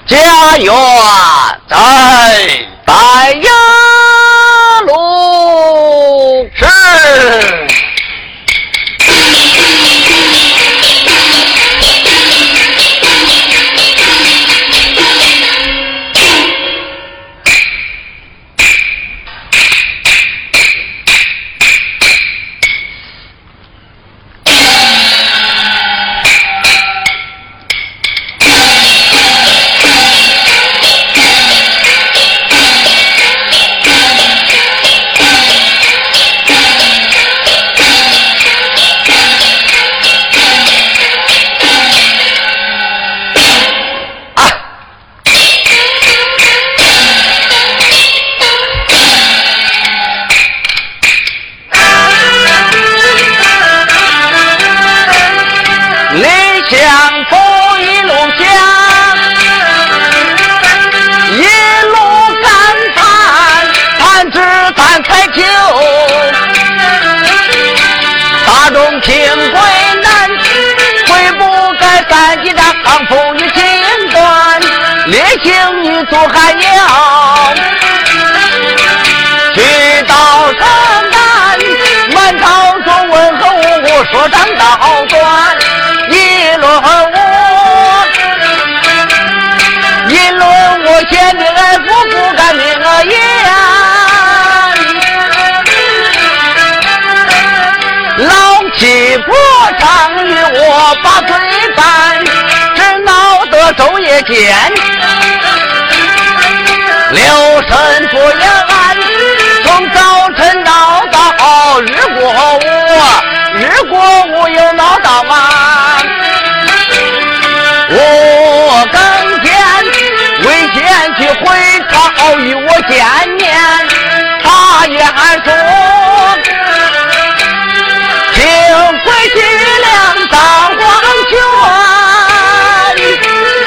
家园在白鸭路是。平归难，悔不该三级张风雨尽断，烈性女足还要去到城南，满朝中问候我说长道断，议论我贤明爱父不敢明言，老七婆常与我把嘴拌，只闹得昼夜间留神不言，从早晨闹到日过午又闹到晚，我更见为前去回朝与我见面，他也还说请回去两当黄泉，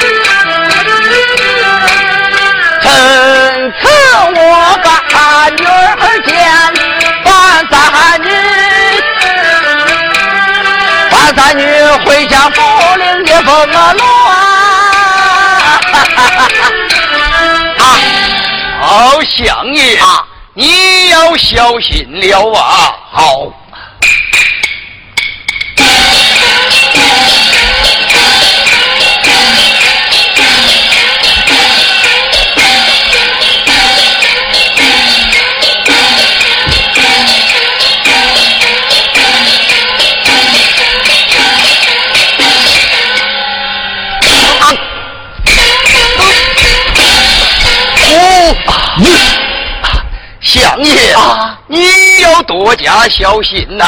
趁此我把女儿见，范三女回家不领也风乱好相爷你要小心了啊。 好， 相爷你要多加小心呐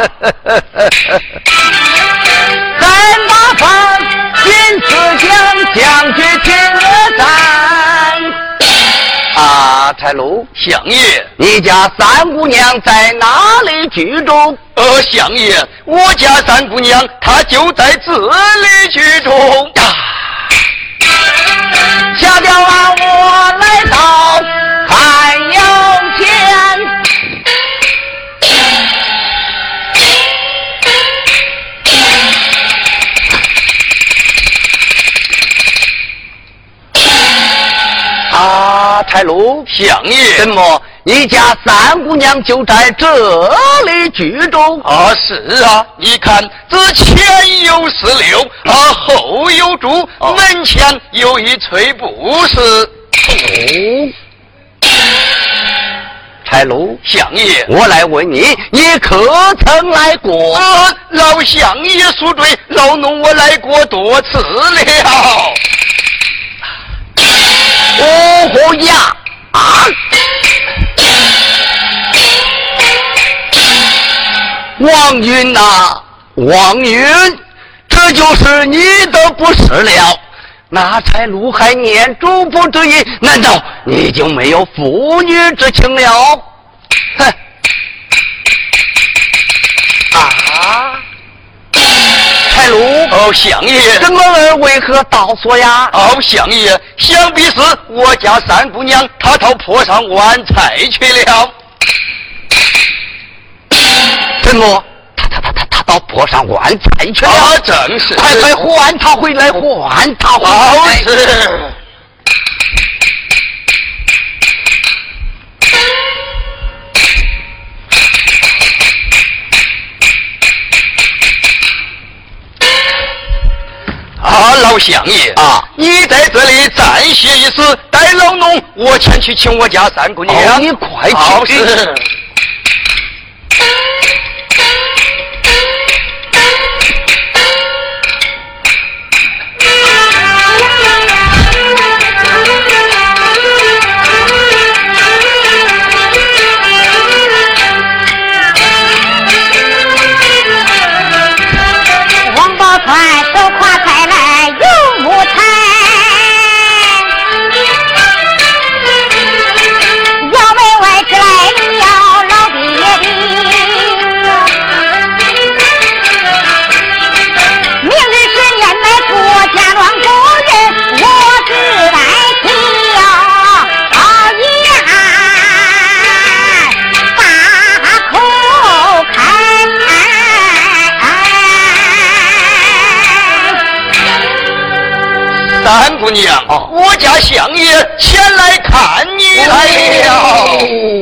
再麻烦金丝将军请战柴禄相爷， 你家三姑娘在哪里居住？ 相爷，我家三姑娘她就在这里居住下掉我来到汉阳前，柴禄相爷， 怎么你家三姑娘就在这里居住？ 是啊，你看这前有石榴后有竹门前有一翠布是柴禄相爷， 我来问你，你可曾来过？ 老相爷恕罪，老奴我来过多次了。 哦呀王云王云，这就是你的不是了。那柴禄还念主仆之意，难道你就没有父女之情了？哼！柴禄相爷， 这么儿为何倒说呀？ 相爷，想必是我家三姑娘她到坡上玩菜去了。 怎么？他到坡上玩菜去了？ 正是。 快唤他回来，唤他回来。 是。 老相爷啊， 你在这里暂歇一时，待老农我前去请我家三姑娘。 哦，你快去。 是。 手挎菜来有木材，要门外之来你要老爹的，明日10年来做家庄夫人，我只代替呀大口开。 三姑娘，我家相爷前来看你来了。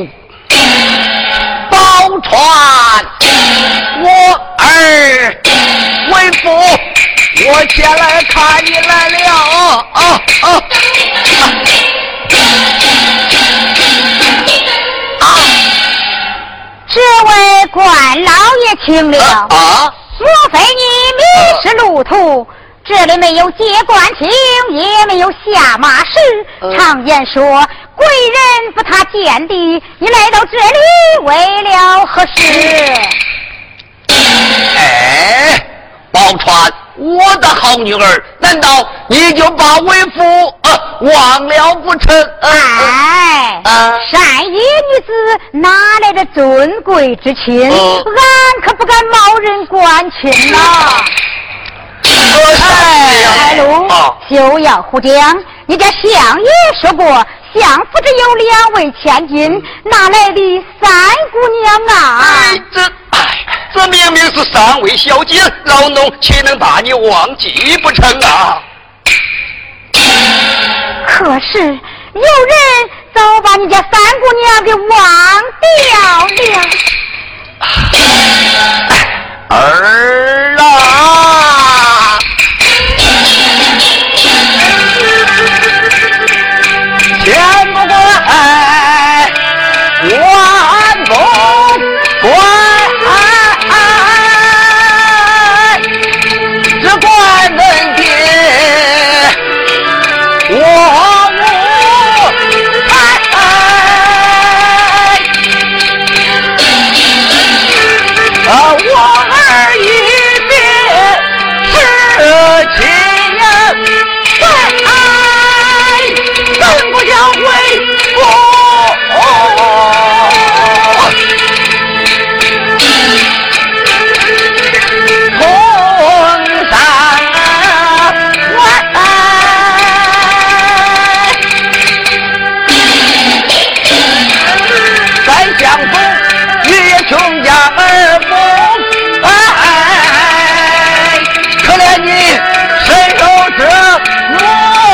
宝钏，我儿为父，我前来看你来了。 这位官老爷请了。莫非你迷失路途？这里没有接官厅，也没有下马石。常言说，贵人不踏见地。你来到这里为了何事？ 宝钏，我的好女儿，难道你就把为父忘了不成？ 善业女子哪来的尊贵之亲？俺可不敢冒认官亲呐。海路休要胡讲，你家相爷说过，相府只有2位千金，哪来的三姑娘啊？ 这明明是3位小姐，老农岂能把你忘记不成啊？ 可是有人早把你家三姑娘给忘掉了。 儿啊，天不怪万不怪，只怪门爹我无我儿一别是亲呀，怎不想回父？同上再相逢也穷家儿母。可怜你身受折磨。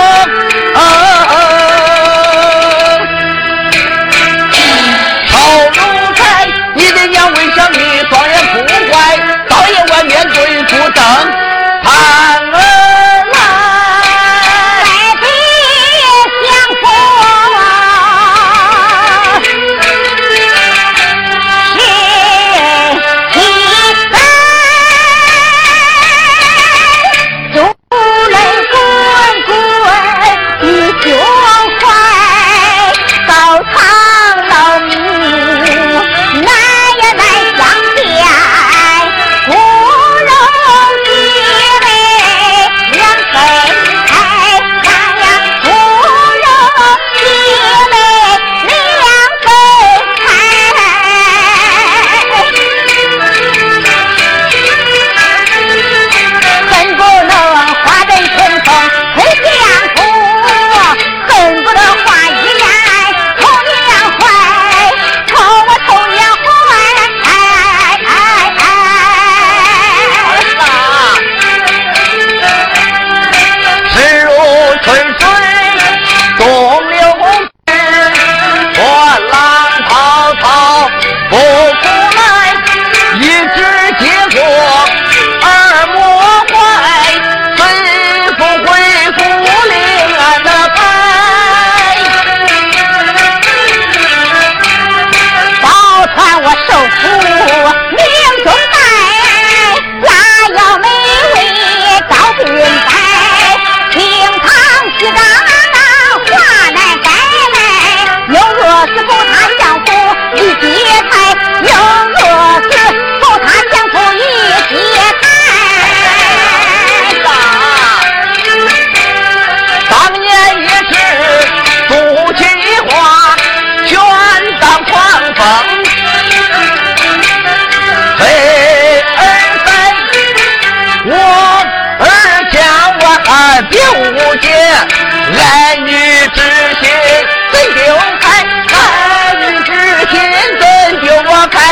爱女之心怎丢开？爱女之心怎丢开？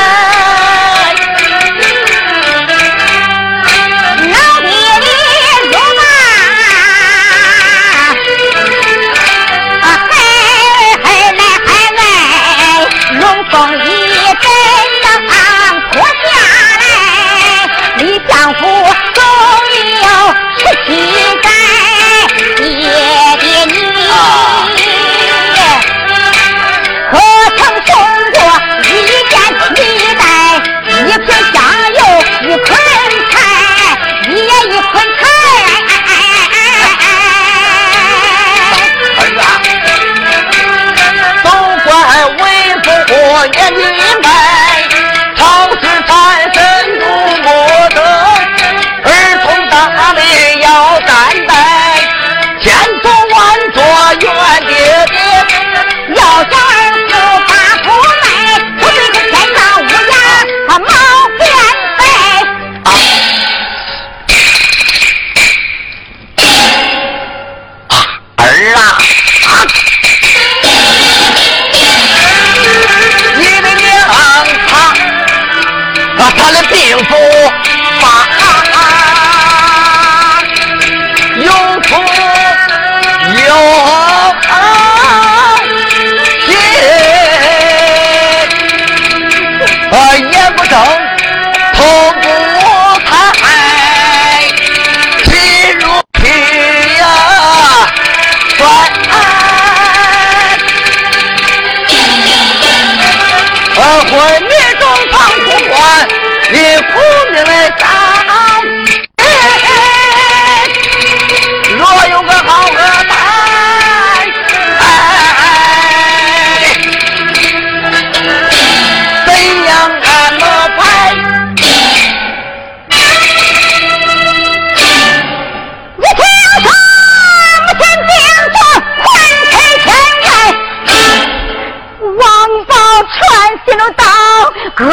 老爹的路嘛，海来海外，龙凤一阵浪脱下来，李相府总有17载。爹爹你可曾送过一件皮带，一瓶香油，一捆菜，一捆菜。 儿啊，都怪为父我也明白，朝思缠身入魔德，儿童大礼要担待，千做万做怨爹爹， 要想儿子把苦耐，不对这天上乌鸦他毛变白。 儿啊，你的娘他的病夫发有苦有心，眼不睁，头不抬，心如皮呀酸。昏迷中堂出关，你苦命来当。若有个好个伴，怎样安乐牌？ 你听说母亲病重，魂飞天外，王宝传信了到哥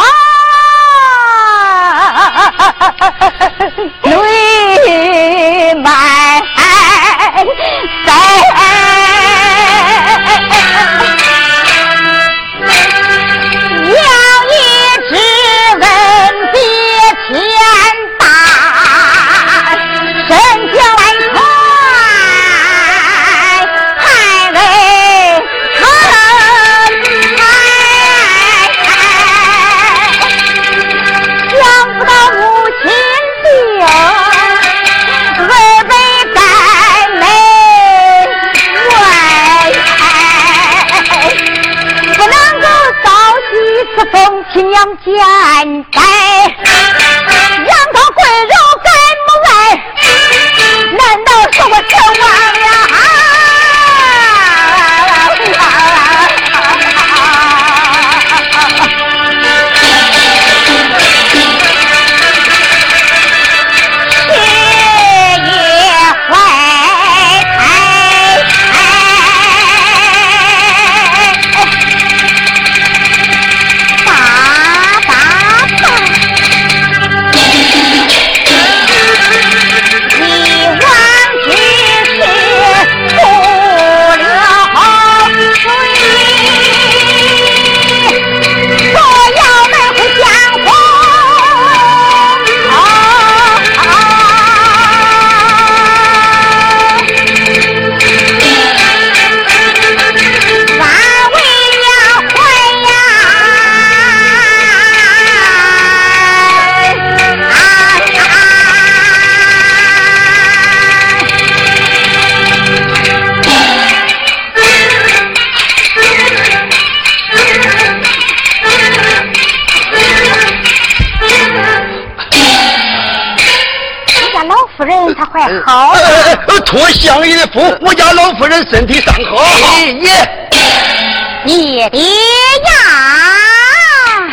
泪满腮，要一直问别天大，身经来快，还为想不到母亲病，儿为在门外，不能够早几次奉亲娘见该，让他跪肉在门外，难道是我身亡了？夫人她快好了， 托相爷的福，我家老夫人身体尚好。 爹爹呀，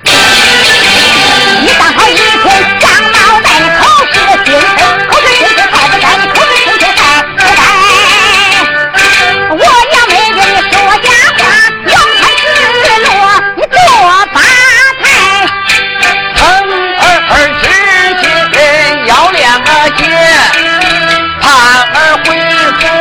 你刚才一天想脑袋，你口是心非，口是心非太不该，你口是心非太不该。我要没跟你说假话，阳台失落，你做八抬。 疼儿知心要2个钱，盼儿回府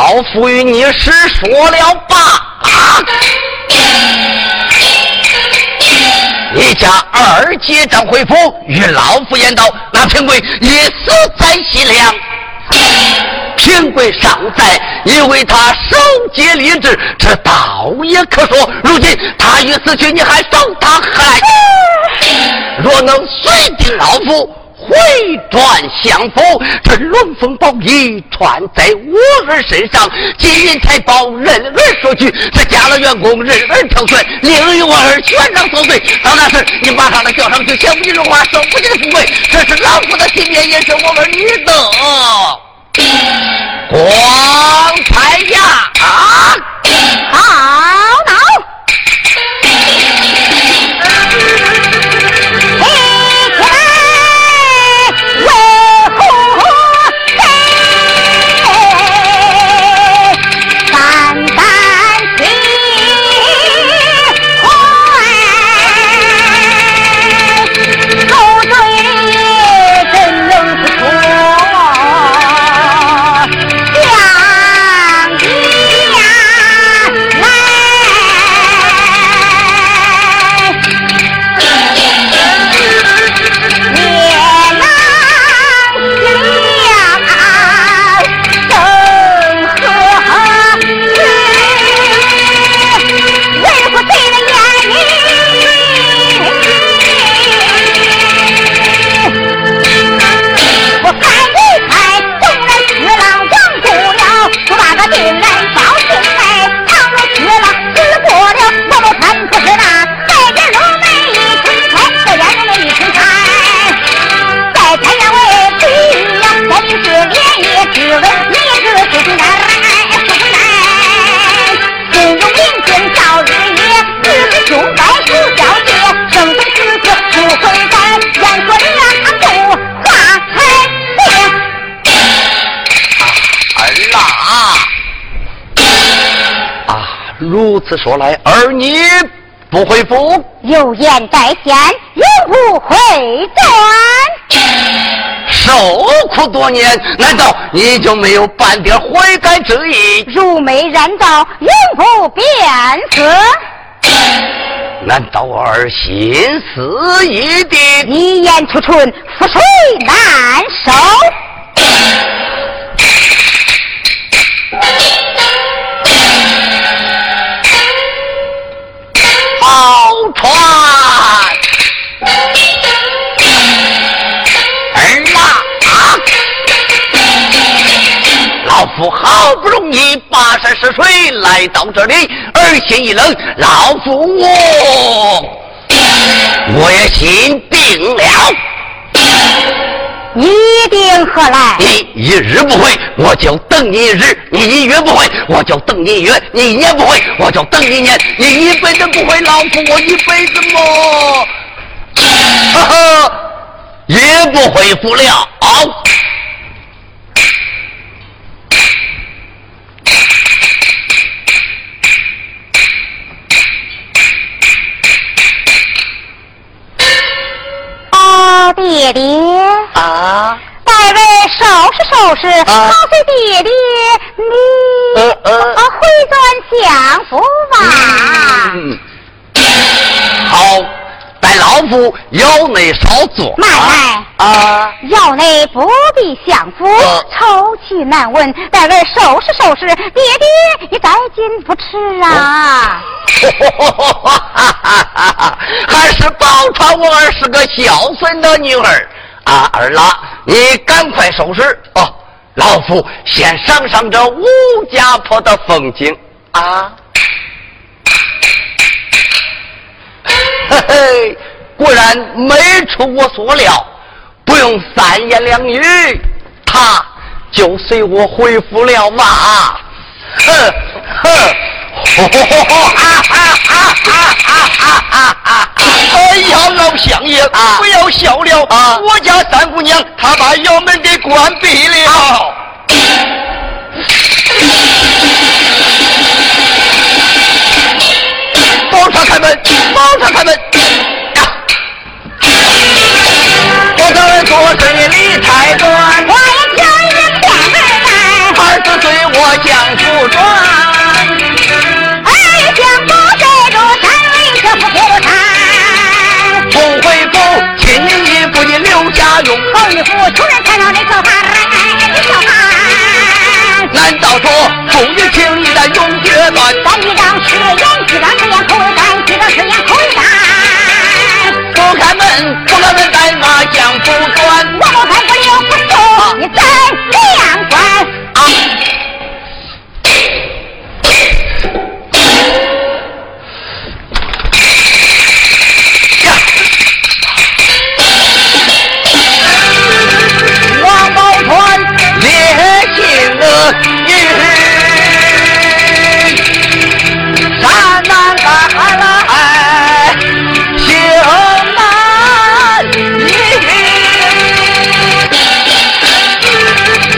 老夫与你实说了罢。你家二姐张回府与老夫言道，那平贵已死在西凉。平贵尚在，因为他守节立志，这倒也可说。如今他已死去，你还受他害。若能随定老夫回转相府，这龙凤宝衣穿在我儿身上，金银财宝人儿收取，这家了员工人儿挑选，令于我儿全当受罪。到那时你马上的叫上去，享不尽荣华，受不尽富贵，这是老夫的体面，也是我儿你的光彩呀！ 好恼！ 如此说来，儿你不回府， 有言在先，永不回转。 受苦多年，难道你就没有半点悔改之意？ 如没染皂，永不变色。 难道儿心思已定？ 一言出春，覆水难收。 好传儿啊！老夫好不容易跋山涉水来到这里，儿心一冷，老夫我也心定了。 你一定何来？ 你一日不回，我就等你一日；你一月不回，我就等你一月；你一年不回，我就等你一年；你一辈子不回，老夫我一辈子么？也不回复了。 爹爹啊， 代为收拾，好随爹爹你回转相府吧。 好，待老夫窑内稍坐。 奶奶窑内不必相府，抽气难闻，待为收拾，爹爹你再进不迟啊。 还是保传我儿是个孝顺的女儿啊！儿啦，你赶快收拾哦，老夫先赏赏这吴家坡的风景啊！嘿嘿，果然没出我所料，不用三言两语，他就随我回府了嘛！ 哎呀，老乡爷，不要笑了我家三姑娘她把窑门给关闭了。 包场开门，包场开门！我当然做事理太短， 我也叫人变回来， 儿子随我相处。 我们带马将不转， 我还不留不走，你再两关啊！ 王宝钏烈性雨，山南海来行难移。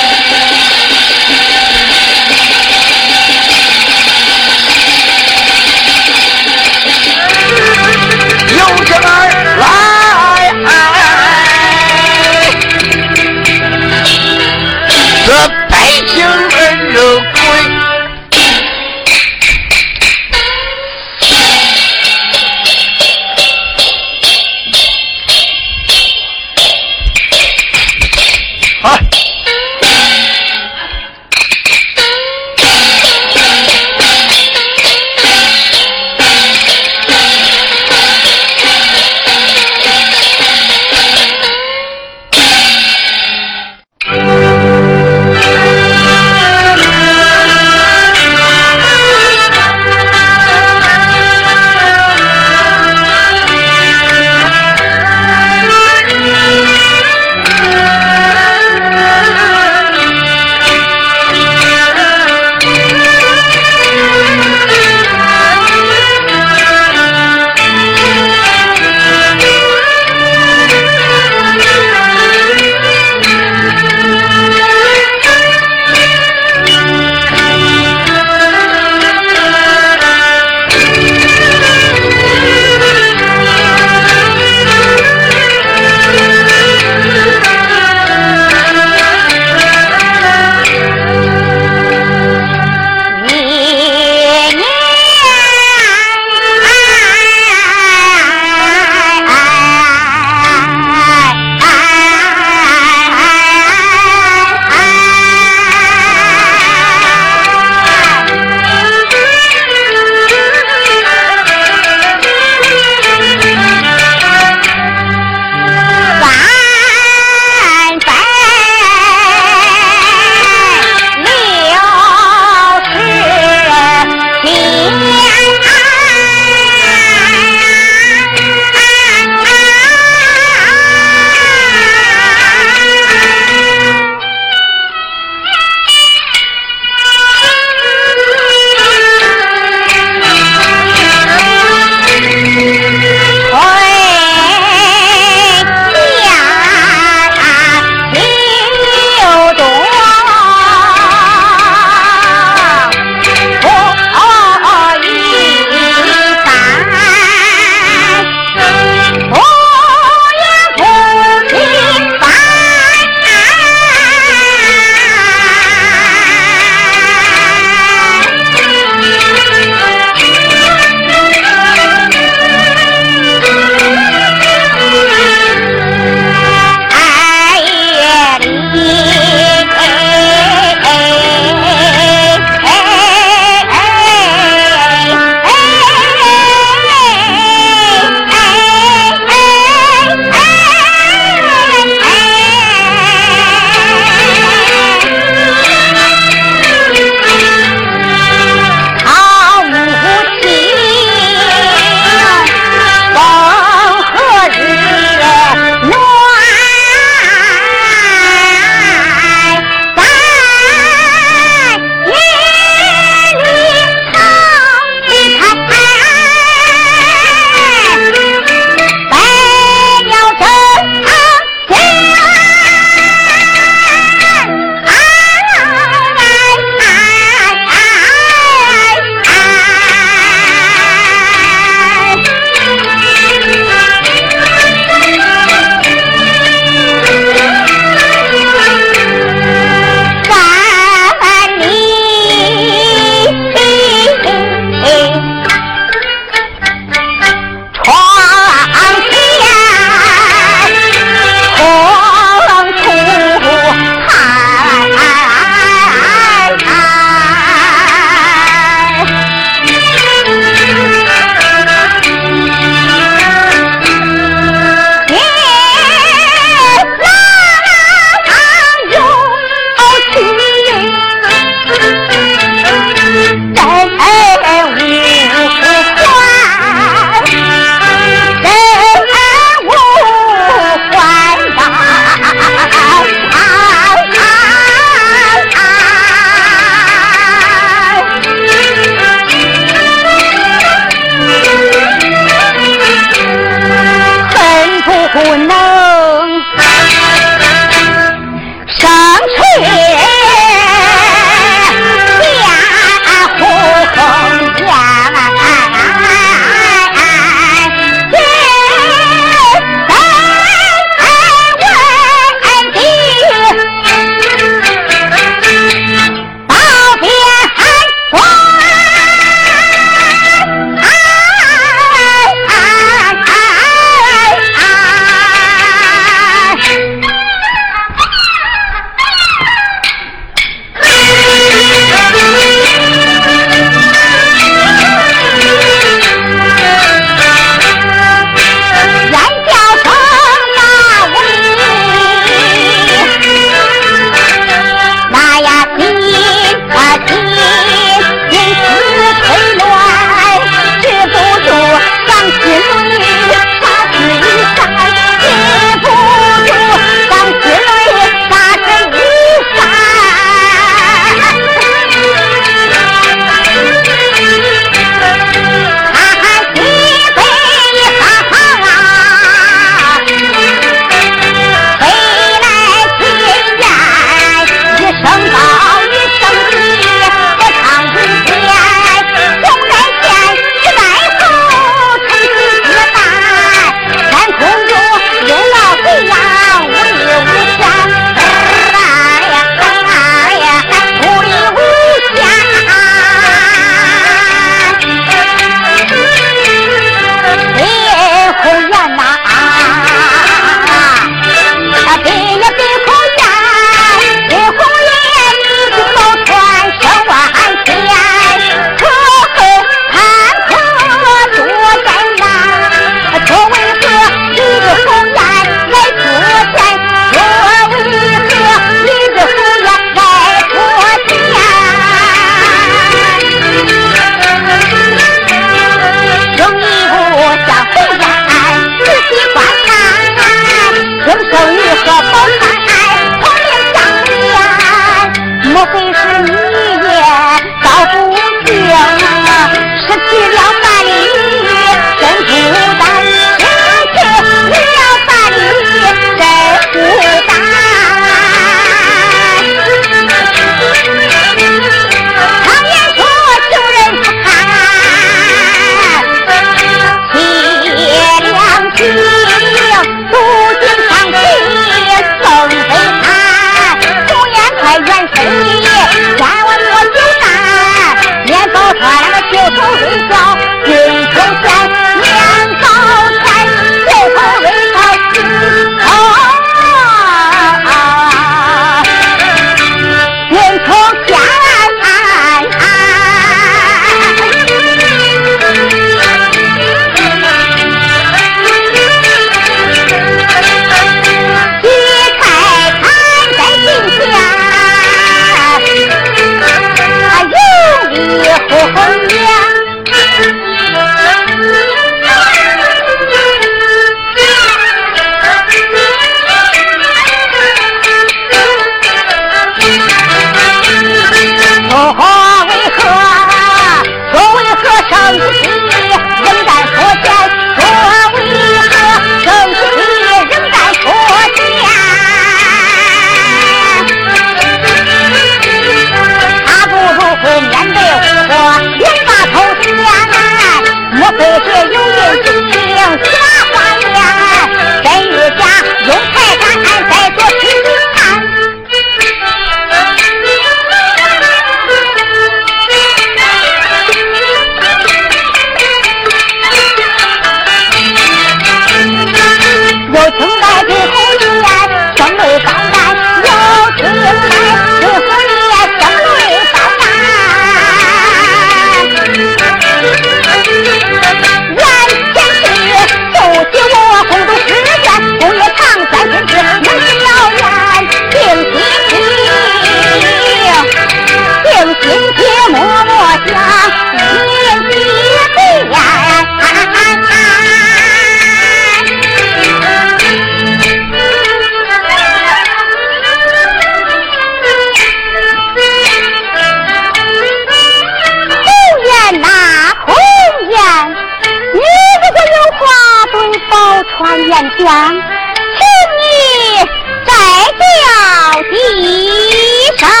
完演讲，请你再叫几声。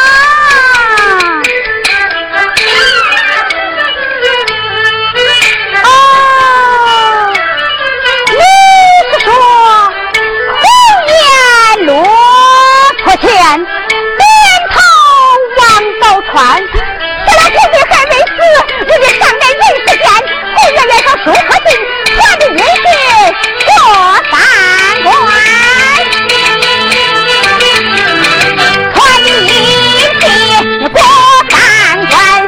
哦，你是说红颜落坡前，连头往高川，这老天君还没死，我就上在人世间，红颜脸上书和信，传的音信过三关，传的音信过三关。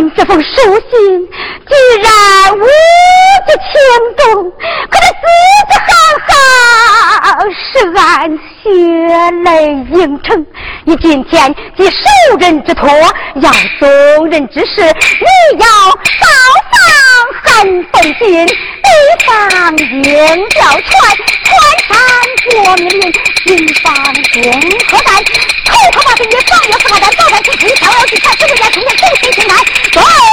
看这封书信，居然无足轻重，可这字字行行是按血泪应承。你今天既受人之托，要宗人之事，你要高放汉凤金，北方鹰调传，传山国民林，西方共和党，头可把这一放也不敢招战，去推条要去看，这个家兄弟谁谁进来，走。